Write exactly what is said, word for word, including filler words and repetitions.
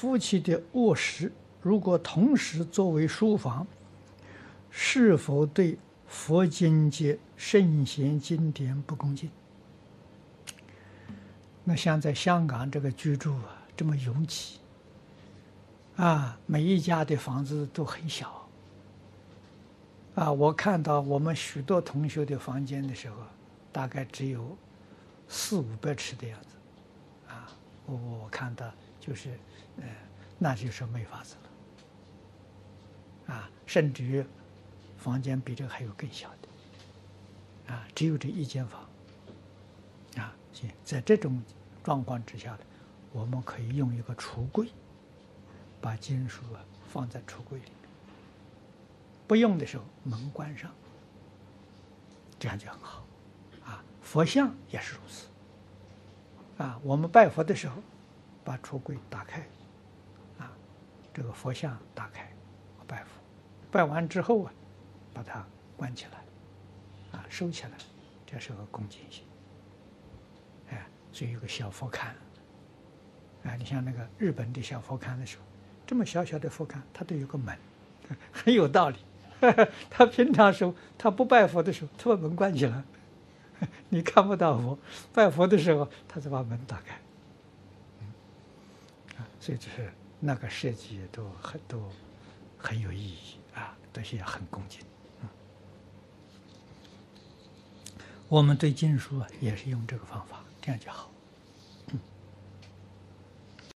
夫妻的卧室如果同时作为书房，是否对佛经界圣贤经典不恭敬？那像在香港这个居住啊，这么拥挤啊，每一家的房子都很小啊。我看到我们许多同学的房间的时候，大概只有四五百尺的样子啊。我我看到就是，呃，那就是没法子了啊。甚至于房间比这个还有更小的啊，只有这一间房啊。行，在这种状况之下呢，我们可以用一个橱柜，把经书啊放在橱柜里面，不用的时候门关上，这样就很好啊。佛像也是如此啊，我们拜佛的时候，把橱柜打开啊，这个佛像打开拜佛，拜完之后啊，把它关起来啊，收起来，这是个恭敬心。哎，所以有个小佛龛啊，你像那个日本的小佛龛的时候，这么小小的佛龛，它都有个门，很有道理。他平常时候他不拜佛的时候，他把门关起来，你看不到佛；拜佛的时候，他才把门打开。嗯，啊，所以这是那个设计都很都很有意义啊，这些很恭敬。嗯，我们对经书啊，也是用这个方法，这样就好。